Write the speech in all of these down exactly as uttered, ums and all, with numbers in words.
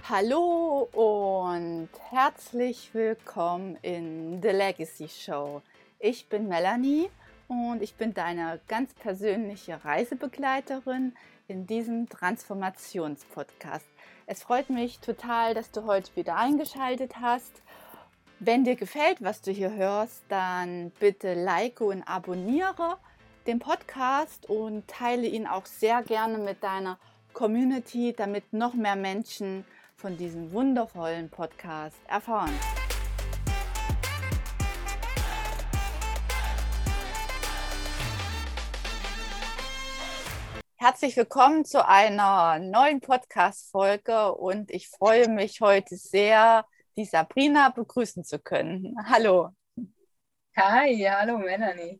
Hallo und herzlich willkommen in The Legacy Show. Ich bin Melanie und ich bin deine ganz persönliche Reisebegleiterin in diesem Transformationspodcast. Es freut mich total, dass du heute wieder eingeschaltet hast. Wenn dir gefällt, was du hier hörst, dann bitte like und abonniere den Podcast und teile ihn auch sehr gerne mit deiner Community, damit noch mehr Menschen von diesem wundervollen Podcast erfahren. Herzlich willkommen zu einer neuen Podcast-Folge und ich freue mich heute sehr, die Sabrina begrüßen zu können. Hallo. Hi, hallo Melanie.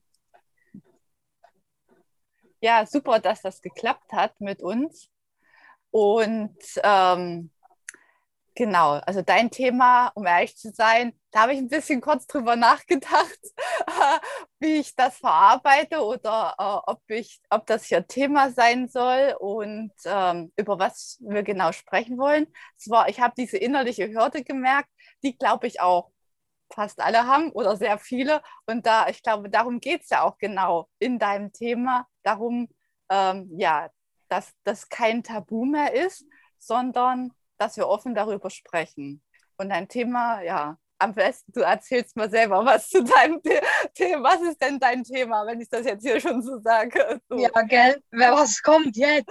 Ja, super, dass das geklappt hat mit uns. Und ähm, genau, also dein Thema, um ehrlich zu sein, da habe ich ein bisschen kurz drüber nachgedacht, wie ich das verarbeite oder äh, ob ich, ob das hier Thema sein soll und ähm, über was wir genau sprechen wollen. Zwar, ich habe diese innerliche Hürde gemerkt, die glaube ich auch fast alle haben oder sehr viele. Und da, ich glaube, darum geht es ja auch genau in deinem Thema, darum, ähm, ja, dass das kein Tabu mehr ist, sondern dass wir offen darüber sprechen. Und dein Thema, ja, am besten, du erzählst mir selber was zu deinem The- Thema. Was ist denn dein Thema, wenn ich das jetzt hier schon so sage? So. Ja, gell, was kommt jetzt?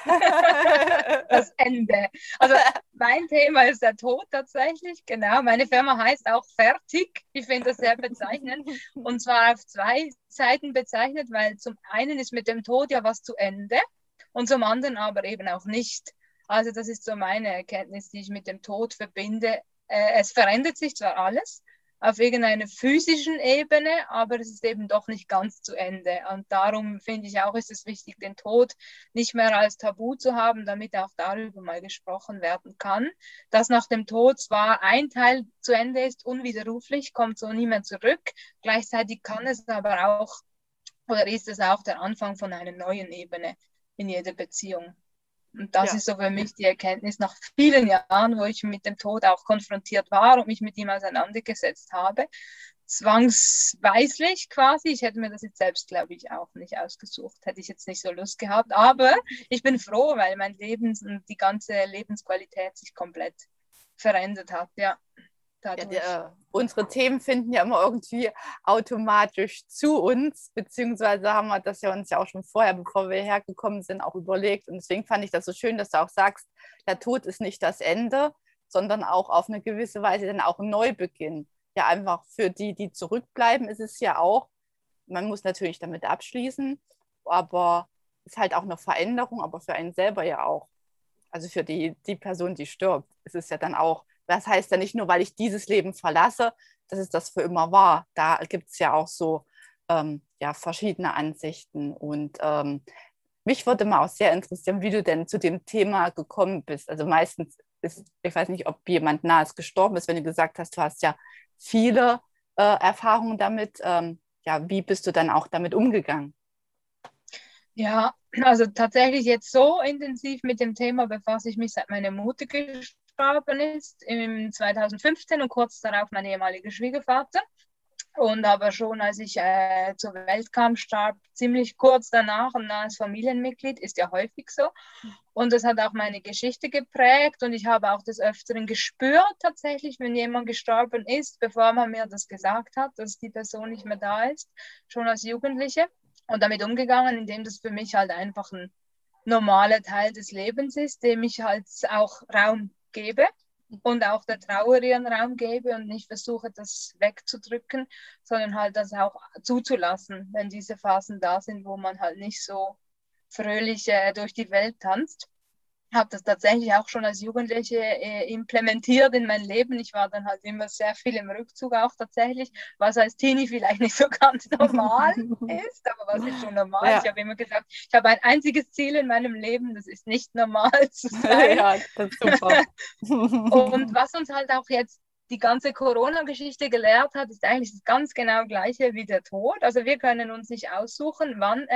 Das Ende. Also mein Thema ist der Tod tatsächlich, genau. Meine Firma heißt auch Fertig. Ich finde das sehr bezeichnend. Und zwar auf zwei Seiten bezeichnet, weil zum einen ist mit dem Tod ja was zu Ende und zum anderen aber eben auch nicht. Also das ist so meine Erkenntnis, die ich mit dem Tod verbinde. Äh, es verändert sich zwar alles auf irgendeiner physischen Ebene, aber es ist eben doch nicht ganz zu Ende. Und darum finde ich auch, ist es wichtig, den Tod nicht mehr als Tabu zu haben, damit auch darüber mal gesprochen werden kann. Dass nach dem Tod zwar ein Teil zu Ende ist, unwiderruflich, kommt so nie mehr zurück. Gleichzeitig kann es aber auch, oder ist es auch der Anfang von einer neuen Ebene in jeder Beziehung. Und das Ja. ist so für mich die Erkenntnis nach vielen Jahren, wo ich mit dem Tod auch konfrontiert war und mich mit ihm auseinandergesetzt habe. Zwangsweislich quasi. Ich hätte mir das jetzt selbst, glaube ich, auch nicht ausgesucht. Hätte ich jetzt nicht so Lust gehabt. Aber ich bin froh, weil mein Leben und die ganze Lebensqualität sich komplett verändert hat. Ja. Ja, die, äh, unsere Themen finden ja immer irgendwie automatisch zu uns, beziehungsweise haben wir das ja uns ja auch schon vorher, bevor wir hergekommen sind, auch überlegt. Und deswegen fand ich das so schön, dass du auch sagst, der Tod ist nicht das Ende, sondern auch auf eine gewisse Weise dann auch ein Neubeginn. Ja, einfach für die, die zurückbleiben, ist es ja auch, man muss natürlich damit abschließen, aber es ist halt auch eine Veränderung, aber für einen selber ja auch. Also für die, die Person, die stirbt, ist es ja dann auch. Das heißt ja nicht nur, weil ich dieses Leben verlasse, dass es das für immer war. Da gibt es ja auch so ähm, ja, verschiedene Ansichten. Und ähm, mich würde mal auch sehr interessieren, wie du denn zu dem Thema gekommen bist. Also meistens ist, ich weiß nicht, ob jemand nahes gestorben ist, wenn du gesagt hast, du hast ja viele äh, Erfahrungen damit. Ähm, ja, wie bist du dann auch damit umgegangen? Ja, also tatsächlich jetzt so intensiv mit dem Thema befasse ich mich, seit meine Mutter gestorben ist, im zweitausendfünfzehn und kurz darauf mein ehemaliger Schwiegervater. Und aber schon als ich äh, zur Welt kam, starb ziemlich kurz danach ein nahes Familienmitglied, ist ja häufig so. Und das hat auch meine Geschichte geprägt und ich habe auch des Öfteren gespürt tatsächlich, wenn jemand gestorben ist, bevor man mir das gesagt hat, dass die Person nicht mehr da ist, schon als Jugendliche. Und damit umgegangen, indem das für mich halt einfach ein normaler Teil des Lebens ist, dem ich halt auch Raum gebe und auch der Trauer ihren Raum gebe und nicht versuche, das wegzudrücken, sondern halt das auch zuzulassen, wenn diese Phasen da sind, wo man halt nicht so fröhlich äh, durch die Welt tanzt. Habe das tatsächlich auch schon als Jugendliche äh, implementiert in mein Leben. Ich war dann halt immer sehr viel im Rückzug auch tatsächlich, was als Teenie vielleicht nicht so ganz normal ist, aber was ist schon normal? Ja. Ich habe immer gesagt, ich habe ein einziges Ziel in meinem Leben, das ist nicht normal zu sein. Ja, das ist super. Und was uns halt auch jetzt die ganze Corona-Geschichte gelehrt hat, ist eigentlich das ganz genau gleiche wie der Tod. Also wir können uns nicht aussuchen, wann er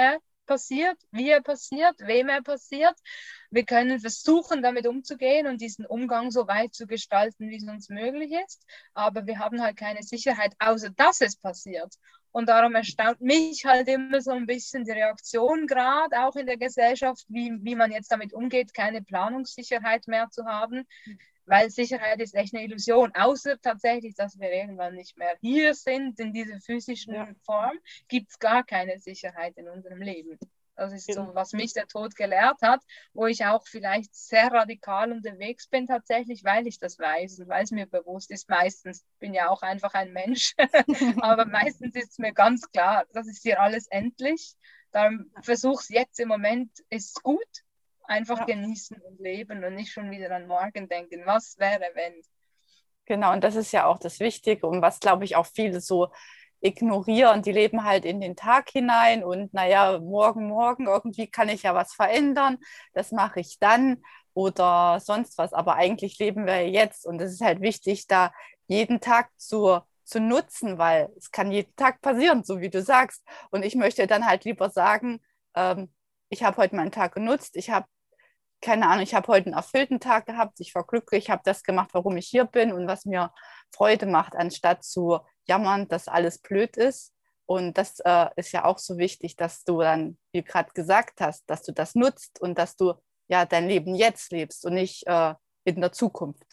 passiert, wie er passiert, wem er passiert. Wir können versuchen, damit umzugehen und diesen Umgang so weit zu gestalten, wie es uns möglich ist. Aber wir haben halt keine Sicherheit, außer dass es passiert. Und darum erstaunt mich halt immer so ein bisschen die Reaktion, gerade auch in der Gesellschaft, wie, wie man jetzt damit umgeht, keine Planungssicherheit mehr zu haben. Weil Sicherheit ist echt eine Illusion. Außer tatsächlich, dass wir irgendwann nicht mehr hier sind, in dieser physischen ja. Form, gibt es gar keine Sicherheit in unserem Leben. Das ist so, was mich der Tod gelehrt hat, wo ich auch vielleicht sehr radikal unterwegs bin tatsächlich, weil ich das weiß und weil es mir bewusst ist. Meistens bin ja auch einfach ein Mensch, aber meistens ist es mir ganz klar, das ist hier alles endlich. Darum versuche es jetzt im Moment, ist gut, einfach ja. genießen und leben und nicht schon wieder an morgen denken, was wäre, wenn. Genau, und das ist ja auch das Wichtige und was, glaube ich, auch viele so ignorieren. Die leben halt in den Tag hinein und naja, morgen, morgen, irgendwie kann ich ja was verändern, das mache ich dann oder sonst was. Aber eigentlich leben wir jetzt und es ist halt wichtig, da jeden Tag zu, zu nutzen, weil es kann jeden Tag passieren, so wie du sagst. Und ich möchte dann halt lieber sagen, ähm, ich habe heute meinen Tag genutzt, ich habe keine Ahnung, ich habe heute einen erfüllten Tag gehabt, ich war glücklich, ich habe das gemacht, warum ich hier bin und was mir Freude macht, anstatt zu jammern, dass alles blöd ist. Und das äh, ist ja auch so wichtig, dass du dann, wie du gerade gesagt hast, dass du das nutzt und dass du ja dein Leben jetzt lebst und nicht äh, in der Zukunft.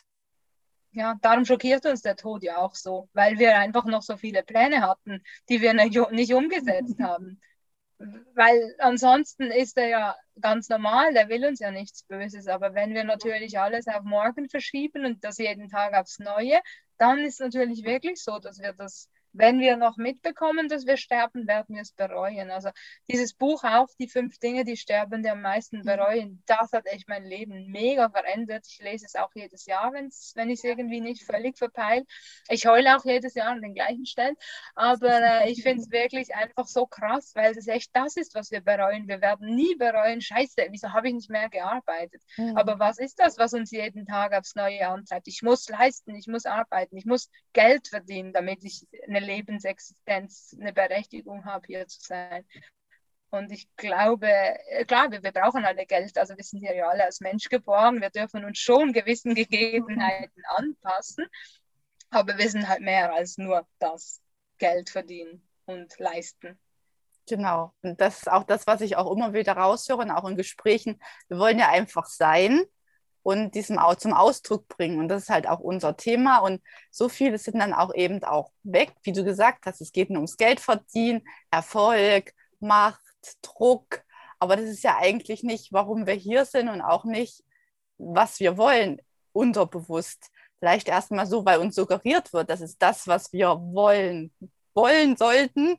Ja, darum schockiert uns der Tod ja auch so, weil wir einfach noch so viele Pläne hatten, die wir nicht umgesetzt haben. Weil ansonsten ist er ja ganz normal, der will uns ja nichts Böses. Aber wenn wir natürlich alles auf morgen verschieben und das jeden Tag aufs Neue, dann ist es natürlich wirklich so, dass wir das, wenn wir noch mitbekommen, dass wir sterben, werden wir es bereuen. Also dieses Buch auch, die fünf Dinge, die Sterbende am meisten bereuen, das hat echt mein Leben mega verändert. Ich lese es auch jedes Jahr, wenn's, wenn ich es irgendwie nicht völlig verpeile. Ich heule auch jedes Jahr an den gleichen Stellen. Aber äh, ich finde es wirklich einfach so krass, weil es echt das ist, was wir bereuen. Wir werden nie bereuen, scheiße, wieso habe ich nicht mehr gearbeitet? Mhm. Aber was ist das, was uns jeden Tag aufs Neue antreibt? Ich muss leisten, ich muss arbeiten, ich muss Geld verdienen, damit ich eine Lebensexistenz, eine Berechtigung habe, hier zu sein. Und ich glaube, klar, wir, wir brauchen alle Geld, also wir sind ja alle als Mensch geboren, wir dürfen uns schon gewissen Gegebenheiten anpassen, aber wir sind halt mehr als nur das Geld verdienen und leisten. Genau, und das ist auch das, was ich auch immer wieder raushöre und auch in Gesprächen. Wir wollen ja einfach sein und diesem auch zum Ausdruck bringen. Und das ist halt auch unser Thema. Und so viele sind dann auch eben auch weg, wie du gesagt hast. Es geht nur ums Geld verdienen, Erfolg, Macht, Druck. Aber das ist ja eigentlich nicht, warum wir hier sind und auch nicht, was wir wollen, unterbewusst. Vielleicht erstmal so, weil uns suggeriert wird, das ist das, was wir wollen, wollen sollten.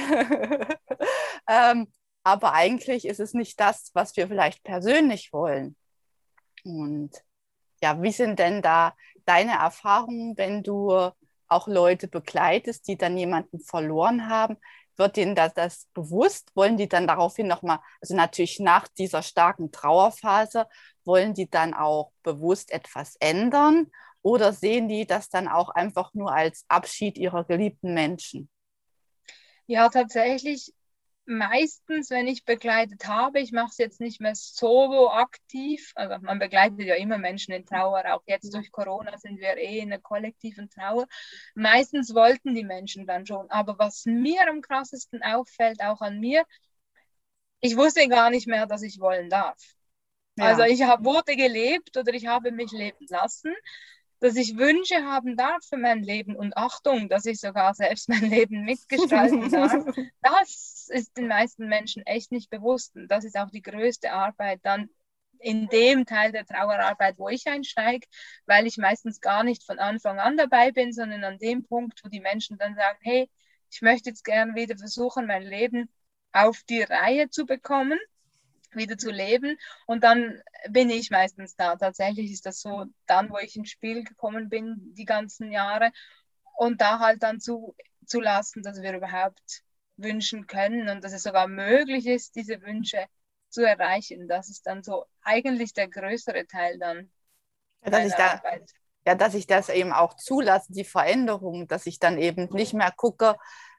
ähm, aber eigentlich ist es nicht das, was wir vielleicht persönlich wollen. Und ja, wie sind denn da deine Erfahrungen, wenn du auch Leute begleitest, die dann jemanden verloren haben? Wird denen das, das bewusst? Wollen die dann daraufhin nochmal, also natürlich nach dieser starken Trauerphase, wollen die dann auch bewusst etwas ändern? Oder sehen die das dann auch einfach nur als Abschied ihrer geliebten Menschen? Ja, tatsächlich meistens, wenn ich begleitet habe, ich mache es jetzt nicht mehr so aktiv, also man begleitet ja immer Menschen in Trauer, auch jetzt durch Corona sind wir eh in einer kollektiven Trauer. Meistens wollten die Menschen dann schon, aber was mir am krassesten auffällt, auch an mir, ich wusste gar nicht mehr, dass ich wollen darf. Ja. Also ich hab, wurde gelebt oder ich habe mich leben lassen, dass ich Wünsche haben darf für mein Leben und Achtung, dass ich sogar selbst mein Leben mitgestalten darf. Das ist den meisten Menschen echt nicht bewusst und das ist auch die größte Arbeit dann in dem Teil der Trauerarbeit, wo ich einsteige, weil ich meistens gar nicht von Anfang an dabei bin, sondern an dem Punkt, wo die Menschen dann sagen, hey, ich möchte jetzt gerne wieder versuchen, mein Leben auf die Reihe zu bekommen, wieder zu leben und dann bin ich meistens da. Tatsächlich ist das so, dann, wo ich ins Spiel gekommen bin, die ganzen Jahre und da halt dann zu, zu lassen, dass wir überhaupt wünschen können und dass es sogar möglich ist, diese Wünsche zu erreichen. Das ist dann so eigentlich der größere Teil dann ja, dass ich da, Arbeit. Ja, dass ich das eben auch zulasse, die Veränderung, dass ich dann eben nicht mehr gucke,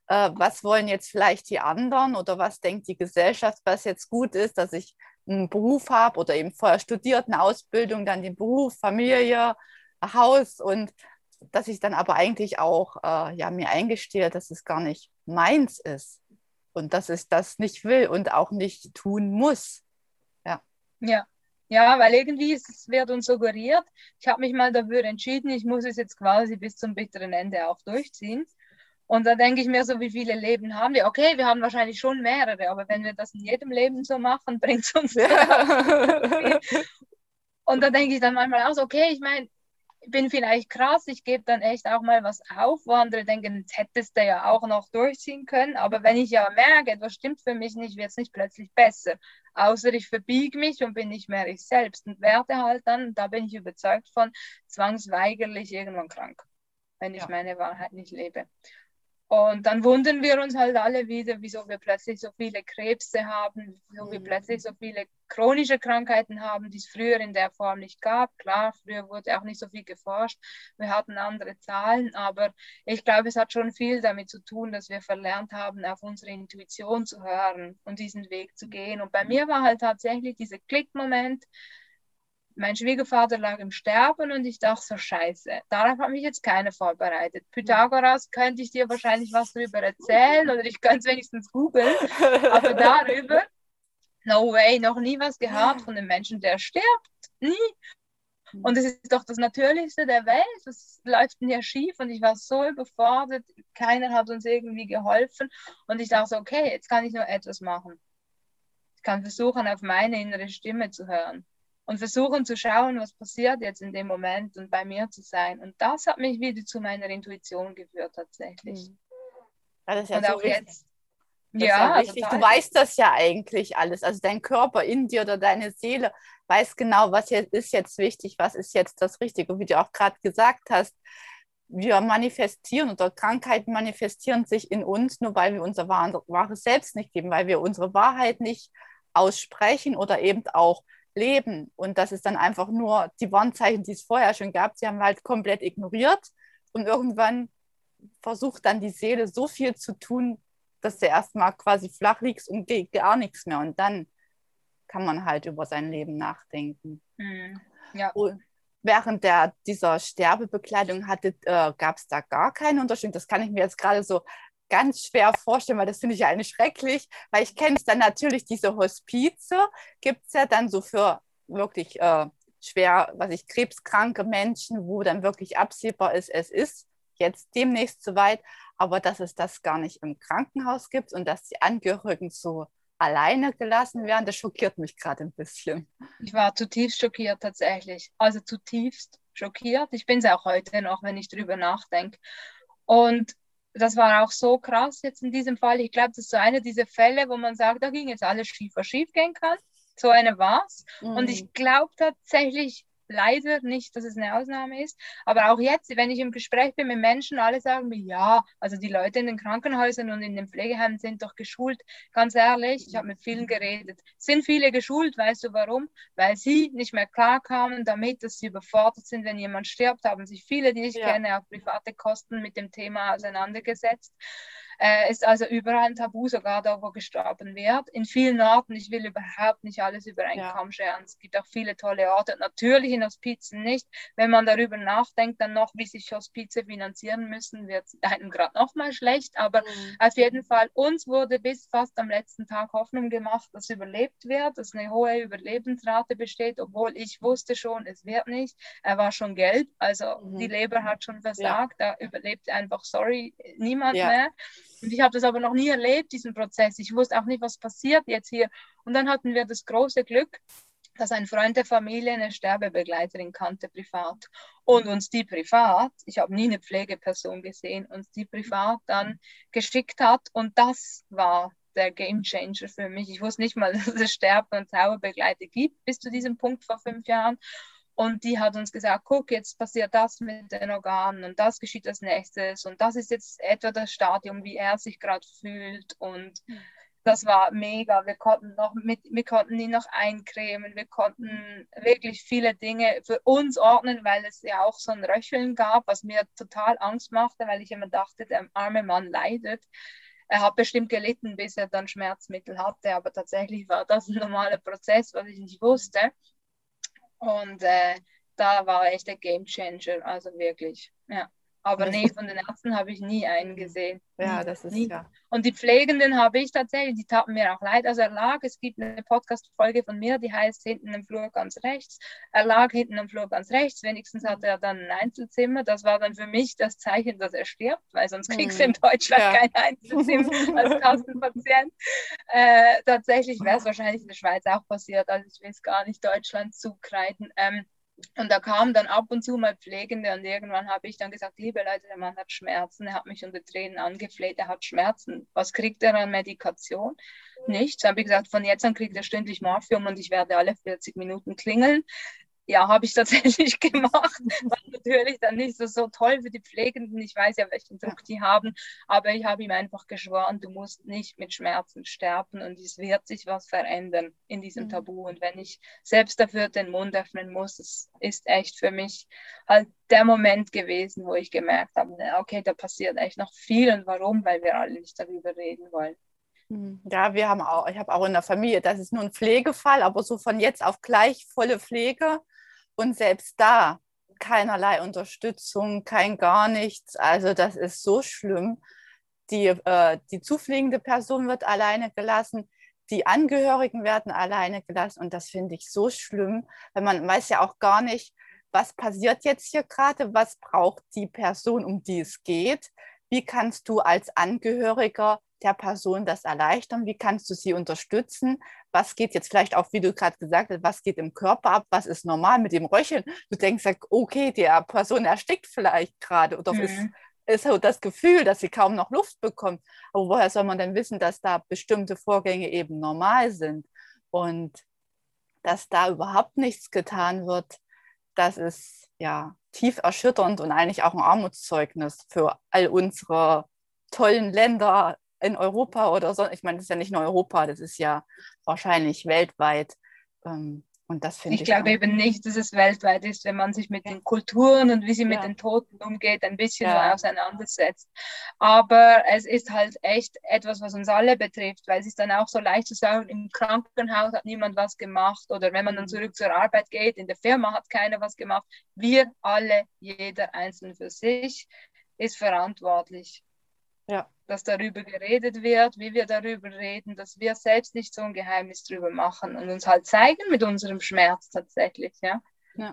äh, was wollen jetzt vielleicht die anderen oder was denkt die Gesellschaft, was jetzt gut ist, dass ich einen Beruf habe oder eben vorher studiert, eine Ausbildung, dann den Beruf, Familie, Haus und dass ich dann aber eigentlich auch äh, ja, mir eingestehe, dass es gar nicht meins ist und dass ich das nicht will und auch nicht tun muss. Ja. Ja. Ja, weil irgendwie ist, es wird uns suggeriert, ich habe mich mal dafür entschieden, ich muss es jetzt quasi bis zum bitteren Ende auch durchziehen. Und da denke ich mir so, wie viele Leben haben wir? Okay, wir haben wahrscheinlich schon mehrere, aber wenn wir das in jedem Leben so machen, bringt es uns dann auch viel. Und da denke ich dann manchmal auch so, okay, ich meine, ich bin vielleicht krass, ich gebe dann echt auch mal was auf, wo andere denken, jetzt hättest du ja auch noch durchziehen können. Aber wenn ich ja merke, etwas stimmt für mich nicht, wird es nicht plötzlich besser. Außer ich verbiege mich und bin nicht mehr ich selbst und werde halt dann, da bin ich überzeugt von, zwangsweigerlich irgendwann krank, wenn ich ja. meine Wahrheit nicht lebe. Und dann wundern wir uns halt alle wieder, wieso wir plötzlich so viele Krebse haben, wieso wir plötzlich so viele chronische Krankheiten haben, die es früher in der Form nicht gab. Klar, früher wurde auch nicht so viel geforscht, wir hatten andere Zahlen, aber ich glaube, es hat schon viel damit zu tun, dass wir verlernt haben, auf unsere Intuition zu hören und diesen Weg zu gehen. Und bei mir war halt tatsächlich dieser Klickmoment, mein Schwiegervater lag im Sterben und ich dachte so, scheiße, darauf hat mich jetzt keiner vorbereitet. Pythagoras könnte ich dir wahrscheinlich was darüber erzählen oder ich könnte es wenigstens googeln, aber darüber, no way, noch nie was gehört von einem Menschen, der stirbt, nie. Und es ist doch das Natürlichste der Welt, das läuft mir schief und ich war so überfordert, keiner hat uns irgendwie geholfen und ich dachte so, okay, jetzt kann ich nur etwas machen. Ich kann versuchen, auf meine innere Stimme zu hören. Und versuchen zu schauen, was passiert jetzt in dem Moment und bei mir zu sein. Und das hat mich wieder zu meiner Intuition geführt tatsächlich. Ja, das ist ja und so auch richtig. jetzt. Das ja, ist ja richtig. Du weißt das ja eigentlich alles. Also dein Körper in dir oder deine Seele weiß genau, was jetzt ist jetzt wichtig, was ist jetzt das Richtige. Und wie du auch gerade gesagt hast, wir manifestieren oder Krankheiten manifestieren sich in uns, nur weil wir unser wahres Selbst nicht leben, weil wir unsere Wahrheit nicht aussprechen oder eben auch leben. Und das ist dann einfach nur die Warnzeichen, die es vorher schon gab, sie haben halt komplett ignoriert und irgendwann versucht dann die Seele so viel zu tun, dass du erstmal quasi flach liegst und geht gar nichts mehr und dann kann man halt über sein Leben nachdenken. Mhm. Ja. Und während der, dieser Sterbebekleidung hatte, äh, gab es da gar keine Unterstützung. Das kann ich mir jetzt gerade so ganz schwer vorstellen, weil das finde ich ja eigentlich schrecklich, weil ich kenne es dann natürlich, diese Hospize gibt es ja dann so für wirklich äh, schwer, was ich, krebskranke Menschen, wo dann wirklich absehbar ist, es ist jetzt demnächst soweit, aber dass es das gar nicht im Krankenhaus gibt und dass die Angehörigen so alleine gelassen werden, das schockiert mich gerade ein bisschen. Ich war zutiefst schockiert tatsächlich, also zutiefst schockiert. Ich bin es auch heute noch, wenn ich drüber nachdenke. Und das war auch so krass jetzt in diesem Fall. Ich glaube, das ist so einer dieser Fälle, wo man sagt, da ging jetzt alles schief, was schief gehen kann. So eine war es. Mhm. Und ich glaube tatsächlich leider nicht, dass es eine Ausnahme ist. Aber auch jetzt, wenn ich im Gespräch bin mit Menschen, alle sagen mir, ja, also die Leute in den Krankenhäusern und in den Pflegeheimen sind doch geschult. Ganz ehrlich, ich habe mit vielen geredet. Sind viele geschult, weißt du warum? Weil sie nicht mehr klarkamen damit, dass sie überfordert sind, wenn jemand stirbt, haben sich viele, die ich ja. kenne, auf private Kosten mit dem Thema auseinandergesetzt. Äh, ist also überall ein Tabu, sogar da, wo gestorben wird. In vielen Orten, ich will überhaupt nicht alles über einen ja. Kamm scheren. Es gibt auch viele tolle Orte, natürlich in Hospizen nicht. Wenn man darüber nachdenkt, dann noch, wie sich Hospize finanzieren müssen, wird es einem gerade noch mal schlecht. Aber mhm. auf jeden Fall, uns wurde bis fast am letzten Tag Hoffnung gemacht, dass überlebt wird, dass eine hohe Überlebensrate besteht, obwohl ich wusste schon, es wird nicht. Er war schon gelb, also mhm. die Leber hat schon versagt, ja. da überlebt einfach, sorry, niemand ja. mehr. Und ich habe das aber noch nie erlebt, diesen Prozess. Ich wusste auch nicht, was passiert jetzt hier. Und dann hatten wir das große Glück, dass ein Freund der Familie eine Sterbebegleiterin kannte, privat. Und uns die privat, ich habe nie eine Pflegeperson gesehen, uns die privat dann geschickt hat. Und das war der Gamechanger für mich. Ich wusste nicht mal, dass es Sterben- und Trauerbegleiter gibt bis zu diesem Punkt vor fünf Jahren. Und die hat uns gesagt, guck, jetzt passiert das mit den Organen und das geschieht als nächstes und das ist jetzt etwa das Stadium, wie er sich gerade fühlt. Und das war mega. Wir konnten noch mit, wir konnten ihn noch eincremen, wir konnten wirklich viele Dinge für uns ordnen, weil es ja auch so ein Röcheln gab, was mir total Angst machte, weil ich immer dachte, der arme Mann leidet. Er hat bestimmt gelitten, bis er dann Schmerzmittel hatte, aber tatsächlich war das ein normaler Prozess, was ich nicht wusste. Und äh, da war echt der Gamechanger, also wirklich, ja. Aber nee, von den Ärzten habe ich nie einen gesehen. Ja, nie, das ist nie. ja. Und die Pflegenden habe ich tatsächlich, die taten mir auch leid. Also er lag, es gibt eine Podcast-Folge von mir, die heißt Hinten im Flur ganz rechts. Er lag hinten im Flur ganz rechts, wenigstens hatte er dann ein Einzelzimmer. Das war dann für mich das Zeichen, dass er stirbt, weil sonst kriegst du in Deutschland ja. kein Einzelzimmer als Kassenpatient. Äh, tatsächlich wäre es wahrscheinlich in der Schweiz auch passiert, also ich will es gar nicht Deutschland zukreiden. Ähm, Und da kamen dann ab und zu mal Pflegende und irgendwann habe ich dann gesagt, liebe Leute, der Mann hat Schmerzen, er hat mich unter Tränen angefleht, er hat Schmerzen. Was kriegt er an Medikation? Nichts. Dann habe ich gesagt, von jetzt an kriegt er stündlich Morphium und ich werde alle vierzig Minuten klingeln. Ja, habe ich tatsächlich gemacht. War natürlich dann nicht so, so toll für die Pflegenden. Ich weiß ja, welchen Druck die haben. Aber ich habe ihm einfach geschworen, du musst nicht mit Schmerzen sterben und es wird sich was verändern in diesem mhm. Tabu. Und wenn ich selbst dafür den Mund öffnen muss, es ist echt für mich halt der Moment gewesen, wo ich gemerkt habe, okay, da passiert echt noch viel. Und warum? Weil wir alle nicht darüber reden wollen. Ja, wir haben auch, ich habe auch in der Familie, das ist nur ein Pflegefall, aber so von jetzt auf gleich volle Pflege. Und selbst da keinerlei Unterstützung, kein gar nichts. Also das ist so schlimm. Die, äh, die zupflegende Person wird alleine gelassen, die Angehörigen werden alleine gelassen. Und das finde ich so schlimm, weil man weiß ja auch gar nicht, was passiert jetzt hier gerade, was braucht die Person, um die es geht. Wie kannst du als Angehöriger der Person das erleichtern? Wie kannst du sie unterstützen? Was geht jetzt vielleicht auch, wie du gerade gesagt hast, was geht im Körper ab? Was ist normal mit dem Röcheln? Du denkst, okay, die Person erstickt vielleicht gerade oder mhm. ist, ist so das Gefühl, dass sie kaum noch Luft bekommt. Aber woher soll man denn wissen, dass da bestimmte Vorgänge eben normal sind? Und dass da überhaupt nichts getan wird, das ist ja tief erschütternd und eigentlich auch ein Armutszeugnis für all unsere tollen Länder in Europa oder so. Ich meine, das ist ja nicht nur Europa, das ist ja wahrscheinlich weltweit. Und das finde ich. Ich glaube eben nicht, dass es weltweit ist, wenn man sich mit ja. den Kulturen und wie sie mit ja. den Toten umgeht, ein bisschen ja. auseinandersetzt. Aber es ist halt echt etwas, was uns alle betrifft, weil es ist dann auch so leicht zu sagen, im Krankenhaus hat niemand was gemacht oder wenn man dann zurück zur Arbeit geht, in der Firma hat keiner was gemacht. Wir alle, jeder einzeln für sich, ist verantwortlich. Ja. Dass darüber geredet wird, wie wir darüber reden, dass wir selbst nicht so ein Geheimnis drüber machen und uns halt zeigen mit unserem Schmerz tatsächlich, ja. ja.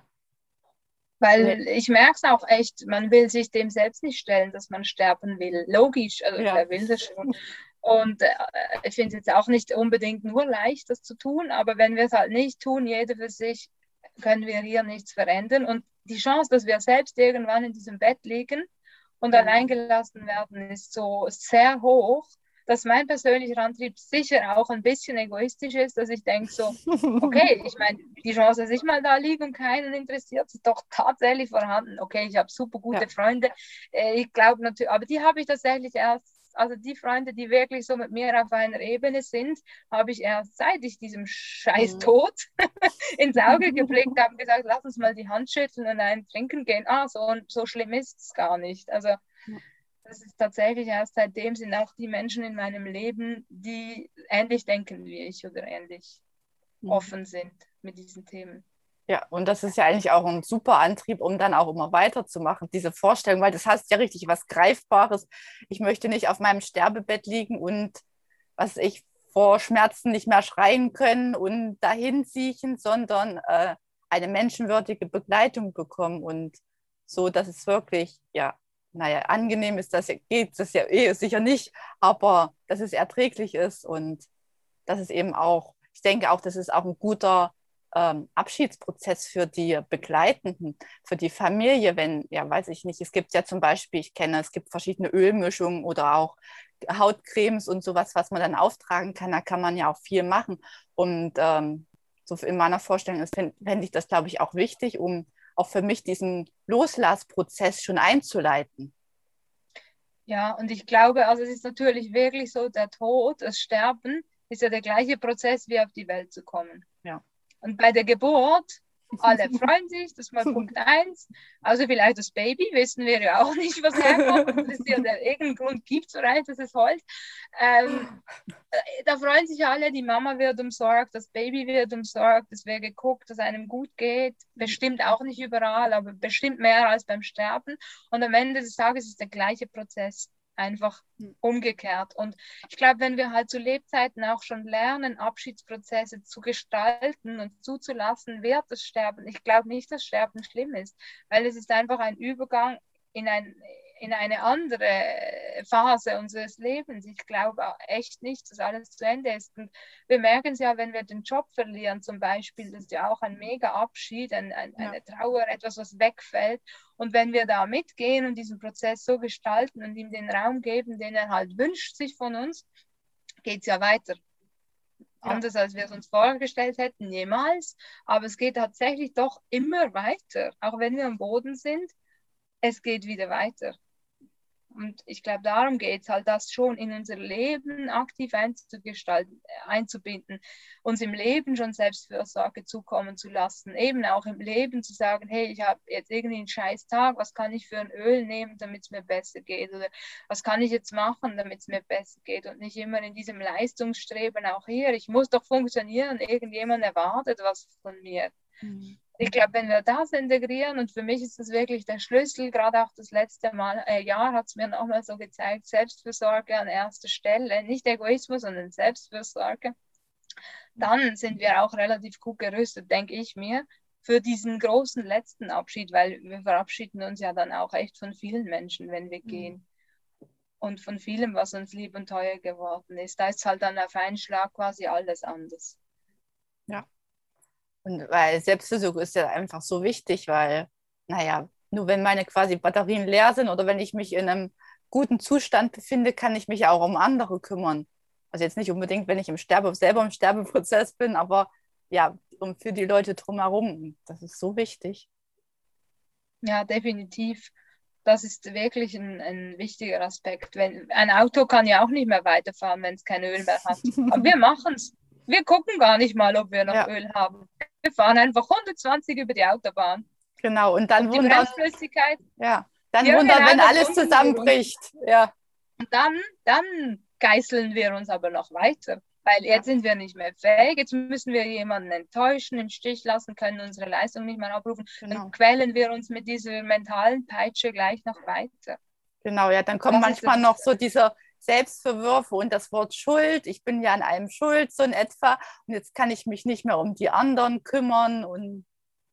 Weil nee. ich merke es auch echt, man will sich dem selbst nicht stellen, dass man sterben will. Logisch, also ja. wer will das schon. Und äh, ich finde es jetzt auch nicht unbedingt nur leicht, das zu tun, aber wenn wir es halt nicht tun, jeder für sich, können wir hier nichts verändern. Und die Chance, dass wir selbst irgendwann in diesem Bett liegen und allein gelassen werden, ist so sehr hoch, dass mein persönlicher Antrieb sicher auch ein bisschen egoistisch ist, dass ich denke so, okay, ich meine, die Chance, dass ich mal da liege und keinen interessiert, ist doch tatsächlich vorhanden. Okay, ich habe super gute ja. Freunde, ich glaube natürlich, aber die habe ich tatsächlich erst, also die Freunde, die wirklich so mit mir auf einer Ebene sind, habe ich erst seit ich diesem scheiß Tod ins Auge geblickt habe, gesagt, lass uns mal die Hand schütteln und einen trinken gehen. Ah, so, so schlimm ist es gar nicht. Also das ist tatsächlich erst seitdem sind auch die Menschen in meinem Leben, die ähnlich denken wie ich oder ähnlich mhm. offen sind mit diesen Themen. Ja, und das ist ja eigentlich auch ein super Antrieb, um dann auch immer weiterzumachen, diese Vorstellung, weil das heißt ja richtig was Greifbares. Ich möchte nicht auf meinem Sterbebett liegen und, was ich, vor Schmerzen nicht mehr schreien können und dahin siechen, sondern äh, eine menschenwürdige Begleitung bekommen und so, dass es wirklich, ja, naja, angenehm ist, das geht das ja eh sicher nicht, aber dass es erträglich ist und dass es eben auch, ich denke auch, das ist auch ein guter ähm, Abschiedsprozess für die Begleitenden, für die Familie, wenn, ja, weiß ich nicht, es gibt ja zum Beispiel, ich kenne, es gibt verschiedene Ölmischungen oder auch Hautcremes und sowas, was man dann auftragen kann, da kann man ja auch viel machen und ähm, so in meiner Vorstellung fände ich das, glaube ich, auch wichtig, um auch für mich diesen Loslassprozess schon einzuleiten. Ja, und ich glaube, also es ist natürlich wirklich so, der Tod, das Sterben ist ja der gleiche Prozess, wie auf die Welt zu kommen. Ja. Und bei der Geburt, alle freuen sich, das ist mal Punkt eins. Also vielleicht das Baby, wissen wir ja auch nicht, was herkommt. Und das ist ja der, irgendeinen Grund gibt es vielleicht, dass es heult. Ähm, da freuen sich alle, die Mama wird umsorgt, das Baby wird umsorgt, es wird geguckt, dass einem gut geht. Bestimmt auch nicht überall, aber bestimmt mehr als beim Sterben. Und am Ende des Tages ist der gleiche Prozess. Einfach umgekehrt. Und ich glaube, wenn wir halt zu Lebzeiten auch schon lernen, Abschiedsprozesse zu gestalten und zuzulassen, wird das Sterben. Ich glaube nicht, dass Sterben schlimm ist, weil es ist einfach ein Übergang in, ein, in eine andere Phase unseres Lebens. Ich glaube echt nicht, dass alles zu Ende ist. Und wir merken es ja, wenn wir den Job verlieren zum Beispiel, das ist ja auch ein mega Abschied, ein, ein, ja. eine Trauer, etwas, was wegfällt. Und wenn wir da mitgehen und diesen Prozess so gestalten und ihm den Raum geben, den er halt wünscht sich von uns, geht es ja weiter. Ja. Anders als wir es uns vorgestellt hätten, jemals. Aber es geht tatsächlich doch immer weiter. Auch wenn wir am Boden sind, es geht wieder weiter. Und ich glaube, darum geht es halt, das schon in unser Leben aktiv einzugestalten, einzubinden, uns im Leben schon Selbstfürsorge zukommen zu lassen, eben auch im Leben zu sagen, hey, ich habe jetzt irgendwie einen scheiß Tag, was kann ich für ein Öl nehmen, damit es mir besser geht, oder was kann ich jetzt machen, damit es mir besser geht, und nicht immer in diesem Leistungsstreben, auch hier, ich muss doch funktionieren, irgendjemand erwartet was von mir. Mhm. Ich glaube, wenn wir das integrieren, und für mich ist das wirklich der Schlüssel, gerade auch das letzte Mal, äh, Jahr hat es mir nochmal so gezeigt, Selbstfürsorge an erster Stelle, nicht Egoismus, sondern Selbstfürsorge, dann sind wir auch relativ gut gerüstet, denke ich mir, für diesen großen letzten Abschied, weil wir verabschieden uns ja dann auch echt von vielen Menschen, wenn wir mhm. gehen. Und von vielem, was uns lieb und teuer geworden ist. Da ist halt dann auf einen Schlag quasi alles anders. Ja. Und weil Selbstfürsorge ist ja einfach so wichtig, weil, naja, nur wenn meine quasi Batterien leer sind oder wenn ich mich in einem guten Zustand befinde, kann ich mich auch um andere kümmern. Also jetzt nicht unbedingt, wenn ich im Sterbe, selber im Sterbeprozess bin, aber ja, um für die Leute drumherum. Das ist so wichtig. Ja, definitiv. Das ist wirklich ein, ein wichtiger Aspekt. Wenn, ein Auto kann ja auch nicht mehr weiterfahren, wenn es kein Öl mehr hat. Aber wir machen es. Wir gucken gar nicht mal, ob wir noch ja. Öl haben. Wir fahren einfach hundertzwanzig über die Autobahn. Genau, und dann und die wundern, Bremsflüssigkeit. Ja, dann ja, wundern, genau, wenn alles zusammenbricht. Ja. Und dann, dann geißeln wir uns aber noch weiter. Weil jetzt sind wir nicht mehr fähig, jetzt müssen wir jemanden enttäuschen, im Stich lassen, können unsere Leistung nicht mehr abrufen. Genau. Dann quälen wir uns mit dieser mentalen Peitsche gleich noch weiter. Genau, ja, dann kommen das manchmal noch so diese Selbstverwürfe und das Wort Schuld. Ich bin ja an einem schuld, so in etwa. Und jetzt kann ich mich nicht mehr um die anderen kümmern. Und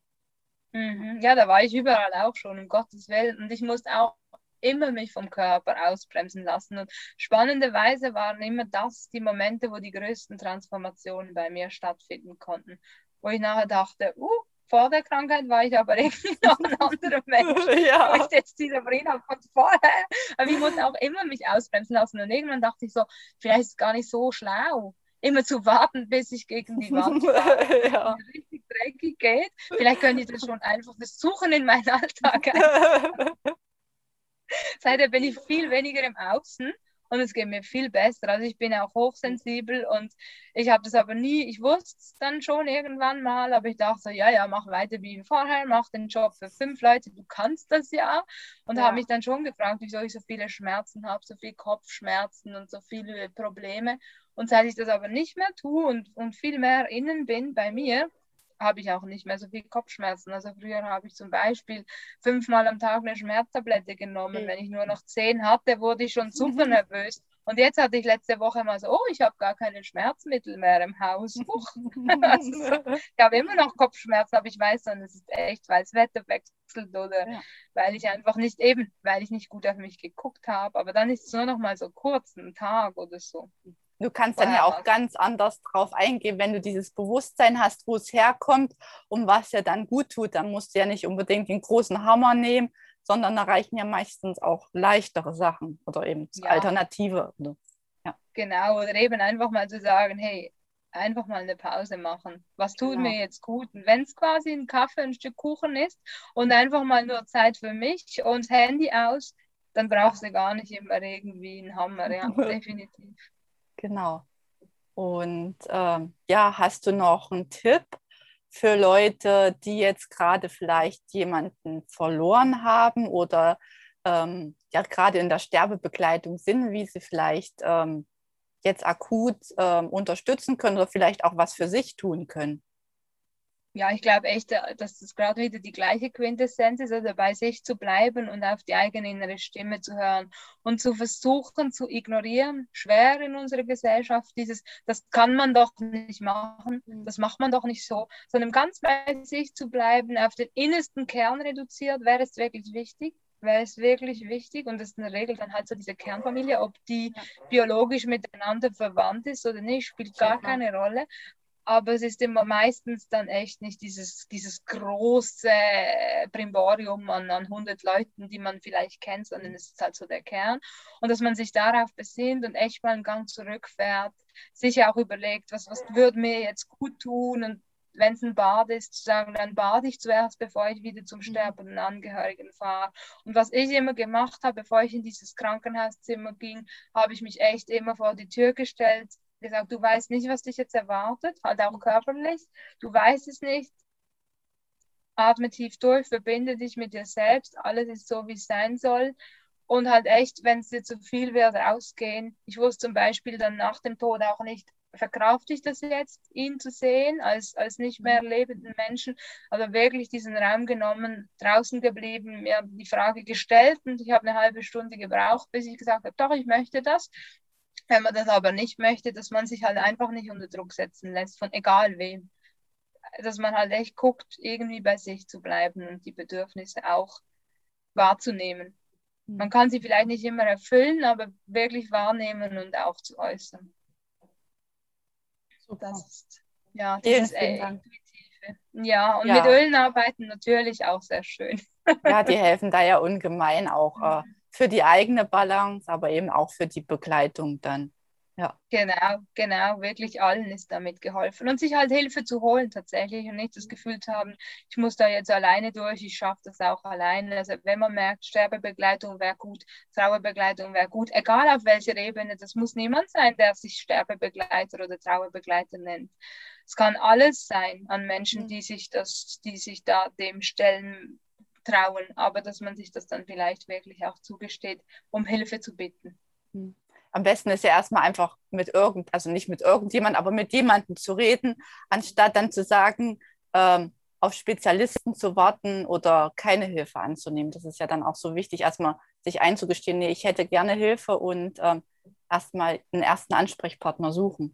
mhm. Ja, da war ich überall auch schon, um Gottes Willen. Und ich musste auch immer mich vom Körper ausbremsen lassen. Und spannenderweise waren immer das die Momente, wo die größten Transformationen bei mir stattfinden konnten. Wo ich nachher dachte, uh, vor der Krankheit war ich aber irgendwie noch ein anderer Mensch. Ja. Ich jetzt die Sabrina von vorher. Aber ich musste auch immer mich ausbremsen lassen. Und irgendwann dachte ich so, vielleicht ist es gar nicht so schlau, immer zu warten, bis ich gegen die Wand fahre, ja. wenn es richtig dreckig geht. Vielleicht könnte ich das schon einfach versuchen in meinen Alltag einzubauen. Seitdem bin ich viel weniger im Außen und es geht mir viel besser. Also ich bin auch hochsensibel und ich habe das aber nie, ich wusste es dann schon irgendwann mal, aber ich dachte so, ja, ja, mach weiter wie vorher, mach den Job für fünf Leute, du kannst das ja. Und ja. habe mich dann schon gefragt, wieso ich so viele Schmerzen habe, so viel Kopfschmerzen und so viele Probleme. Und seit ich das aber nicht mehr tue und, und viel mehr innen bin bei mir, habe ich auch nicht mehr so viel Kopfschmerzen. Also früher habe ich zum Beispiel fünfmal am Tag eine Schmerztablette genommen. Wenn ich nur noch zehn hatte, wurde ich schon super nervös. Und jetzt hatte ich letzte Woche mal so, oh, ich habe gar keine Schmerzmittel mehr im Haus. Also, ich habe immer noch Kopfschmerzen, aber ich weiß dann, es ist echt, weil das Wetter wechselt oder ja. weil ich einfach nicht eben, weil ich nicht gut auf mich geguckt habe. Aber dann ist es nur noch mal so kurz, einen Tag oder so. Du kannst dann ja auch ganz anders drauf eingehen, wenn du dieses Bewusstsein hast, wo es herkommt und was ja dann gut tut. Dann musst du ja nicht unbedingt den großen Hammer nehmen, sondern da reichen ja meistens auch leichtere Sachen oder eben ja. Alternative. Ja. Genau, oder eben einfach mal zu sagen, hey, einfach mal eine Pause machen. Was tut genau. mir jetzt gut? Und wenn es quasi ein Kaffee, ein Stück Kuchen ist und einfach mal nur Zeit für mich und Handy aus, dann brauchst du gar nicht immer irgendwie einen Hammer, ja, definitiv. Genau. Und ähm, ja, hast du noch einen Tipp für Leute, die jetzt gerade vielleicht jemanden verloren haben oder ähm, ja gerade in der Sterbebegleitung sind, wie sie vielleicht ähm, jetzt akut ähm, unterstützen können oder vielleicht auch was für sich tun können? Ja, ich glaube echt, äh, dass das gerade wieder die gleiche Quintessenz ist, also bei sich zu bleiben und auf die eigene innere Stimme zu hören und zu versuchen zu ignorieren, schwer in unserer Gesellschaft, dieses, das kann man doch nicht machen, das macht man doch nicht so, sondern ganz bei sich zu bleiben, auf den innersten Kern reduziert, wäre es wirklich wichtig. Wäre es wirklich wichtig und das ist in der Regel dann halt so diese Kernfamilie, ob die biologisch miteinander verwandt ist oder nicht, spielt gar keine Rolle. Aber es ist immer meistens dann echt nicht dieses, dieses große Brimborium an, an hundert Leuten, die man vielleicht kennt, sondern es ist halt so der Kern. Und dass man sich darauf besinnt und echt mal einen Gang zurückfährt, sich auch überlegt, was, was würde mir jetzt gut tun und wenn es ein Bad ist, zu sagen, dann bade ich zuerst, bevor ich wieder zum sterbenden Angehörigen fahre. Und was ich immer gemacht habe, bevor ich in dieses Krankenhauszimmer ging, habe ich mich echt immer vor die Tür gestellt, gesagt, du weißt nicht, was dich jetzt erwartet, halt auch körperlich, du weißt es nicht, atme tief durch, verbinde dich mit dir selbst, alles ist so, wie es sein soll und halt echt, wenn es dir zu viel wird, rausgehen. Ich wusste zum Beispiel dann nach dem Tod auch nicht, verkrafte ich das jetzt, ihn zu sehen, als, als nicht mehr lebenden Menschen, aber wirklich diesen Raum genommen, draußen geblieben, mir die Frage gestellt und ich habe eine halbe Stunde gebraucht, bis ich gesagt habe, doch, ich möchte das. Wenn man das aber nicht möchte, dass man sich halt einfach nicht unter Druck setzen lässt, von egal wem. Dass man halt echt guckt, irgendwie bei sich zu bleiben und die Bedürfnisse auch wahrzunehmen. Man kann sie vielleicht nicht immer erfüllen, aber wirklich wahrnehmen und auch zu äußern. Super. Das ist, ja, Vielen, dieses vielen Dank. Intuitive. Ja, und Ja. mit Ölen arbeiten natürlich auch sehr schön. Ja, die helfen da ja ungemein auch äh, für die eigene Balance, aber eben auch für die Begleitung dann. Ja. Genau, genau, wirklich allen ist damit geholfen. Und sich halt Hilfe zu holen tatsächlich und nicht das Gefühl zu haben, ich muss da jetzt alleine durch, ich schaffe das auch alleine. Also wenn man merkt, Sterbebegleitung wäre gut, Trauerbegleitung wäre gut, egal auf welcher Ebene, das muss niemand sein, der sich Sterbebegleiter oder Trauerbegleiter nennt. Es kann alles sein an Menschen, die sich das, die sich da dem stellen trauen, aber dass man sich das dann vielleicht wirklich auch zugesteht, um Hilfe zu bitten. Am besten ist ja erstmal einfach mit irgend, also nicht mit irgendjemand, aber mit jemandem zu reden, anstatt dann zu sagen, ähm, auf Spezialisten zu warten oder keine Hilfe anzunehmen. Das ist ja dann auch so wichtig, erstmal sich einzugestehen, nee, ich hätte gerne Hilfe und ähm, erstmal einen ersten Ansprechpartner suchen.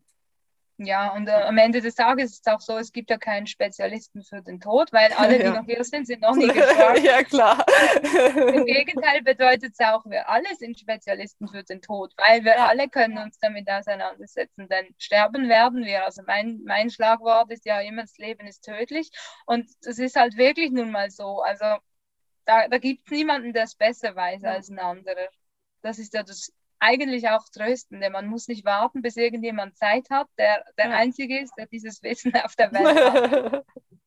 Ja, und äh, am Ende des Tages ist es auch so, es gibt ja keinen Spezialisten für den Tod, weil alle, die Ja. noch hier sind, sind noch nie gestorben. Ja, klar. Im Gegenteil bedeutet es auch, wir alle sind Spezialisten für den Tod, weil wir Ja. alle können uns damit auseinandersetzen, denn sterben werden wir. Also mein, mein Schlagwort ist ja immer, das Leben ist tödlich und es ist halt wirklich nun mal so. Also da, da gibt es niemanden, der es besser weiß als ein anderer. Das ist ja das eigentlich auch Tröstende. Man muss nicht warten, bis irgendjemand Zeit hat, der der ja. Einzige ist, der dieses Wissen auf der Welt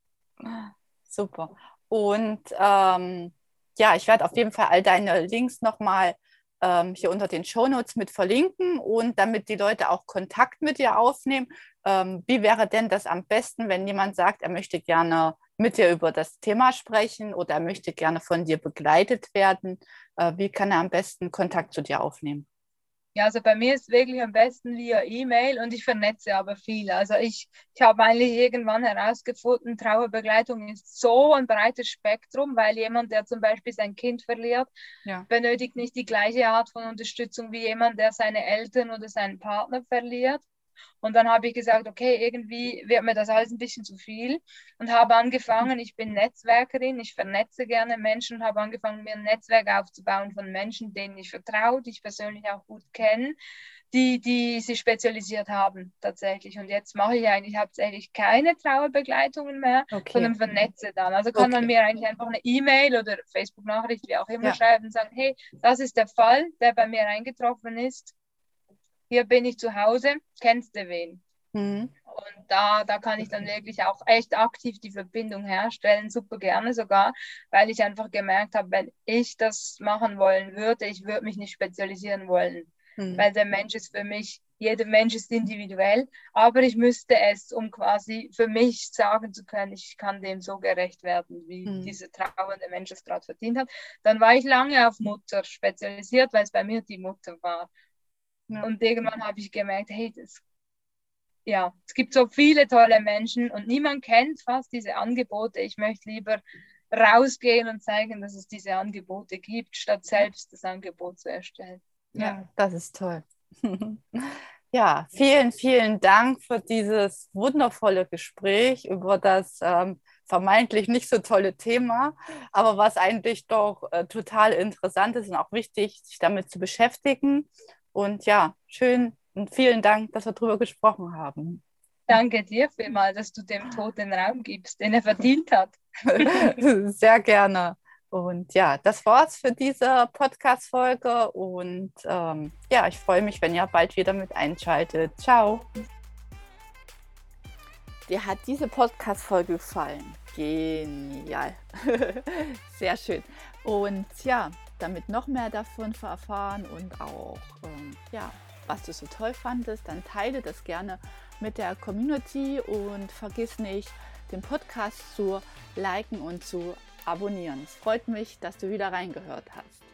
hat. Super. Und ähm, ja, ich werde auf jeden Fall all deine Links nochmal ähm, hier unter den Shownotes mit verlinken und damit die Leute auch Kontakt mit dir aufnehmen. Ähm, wie wäre denn das am besten, wenn jemand sagt, er möchte gerne mit dir über das Thema sprechen oder er möchte gerne von dir begleitet werden? Äh, wie kann er am besten Kontakt zu dir aufnehmen? Ja, also bei mir ist wirklich am besten via E-Mail und ich vernetze aber viel. Also ich, ich habe eigentlich irgendwann herausgefunden, Trauerbegleitung ist so ein breites Spektrum, weil jemand, der zum Beispiel sein Kind verliert, ja. benötigt nicht die gleiche Art von Unterstützung wie jemand, der seine Eltern oder seinen Partner verliert. Und dann habe ich gesagt, okay, irgendwie wird mir das alles ein bisschen zu viel und habe angefangen, ich bin Netzwerkerin, ich vernetze gerne Menschen und habe angefangen, mir ein Netzwerk aufzubauen von Menschen, denen ich vertraue, die ich persönlich auch gut kenne, die, die sich spezialisiert haben tatsächlich. Und jetzt mache ich eigentlich hauptsächlich keine Trauerbegleitungen mehr, okay. sondern vernetze dann. Also kann okay. man mir eigentlich einfach eine E-Mail oder Facebook-Nachricht, wie auch immer, ja. schreiben und sagen, hey, das ist der Fall, der bei mir eingetroffen ist. Hier bin ich zu Hause, kennst du wen? Mhm. Und da, da kann ich dann wirklich auch echt aktiv die Verbindung herstellen, super gerne sogar, weil ich einfach gemerkt habe, wenn ich das machen wollen würde, ich würde mich nicht spezialisieren wollen, mhm. weil der Mensch ist für mich, jeder Mensch ist individuell, aber ich müsste es, um quasi für mich sagen zu können, ich kann dem so gerecht werden, wie mhm. dieser trauernde Mensch es gerade verdient hat. Dann war ich lange auf Mutter spezialisiert, weil es bei mir die Mutter war. Ja. Und irgendwann habe ich gemerkt, hey, das Ja, es gibt so viele tolle Menschen und niemand kennt fast diese Angebote. Ich möchte lieber rausgehen und zeigen, dass es diese Angebote gibt, statt selbst das Angebot zu erstellen. Ja, ja, das ist toll. Ja, vielen, vielen Dank für dieses wundervolle Gespräch über das ähm, vermeintlich nicht so tolle Thema, aber was eigentlich doch äh, total interessant ist und auch wichtig, sich damit zu beschäftigen. Und ja, schön und vielen Dank, dass wir darüber gesprochen haben. Danke dir vielmals, dass du dem Tod den Raum gibst, den er verdient hat. Sehr gerne. Und ja, das war's für diese Podcast-Folge. Und ähm, ja, ich freue mich, wenn ihr bald wieder mit einschaltet. Ciao. Dir hat diese Podcast-Folge gefallen? Genial. Sehr schön. Und ja, damit noch mehr davon erfahren und auch, ähm, ja, was du so toll fandest, dann teile das gerne mit der Community und vergiss nicht, den Podcast zu liken und zu abonnieren. Es freut mich, dass du wieder reingehört hast.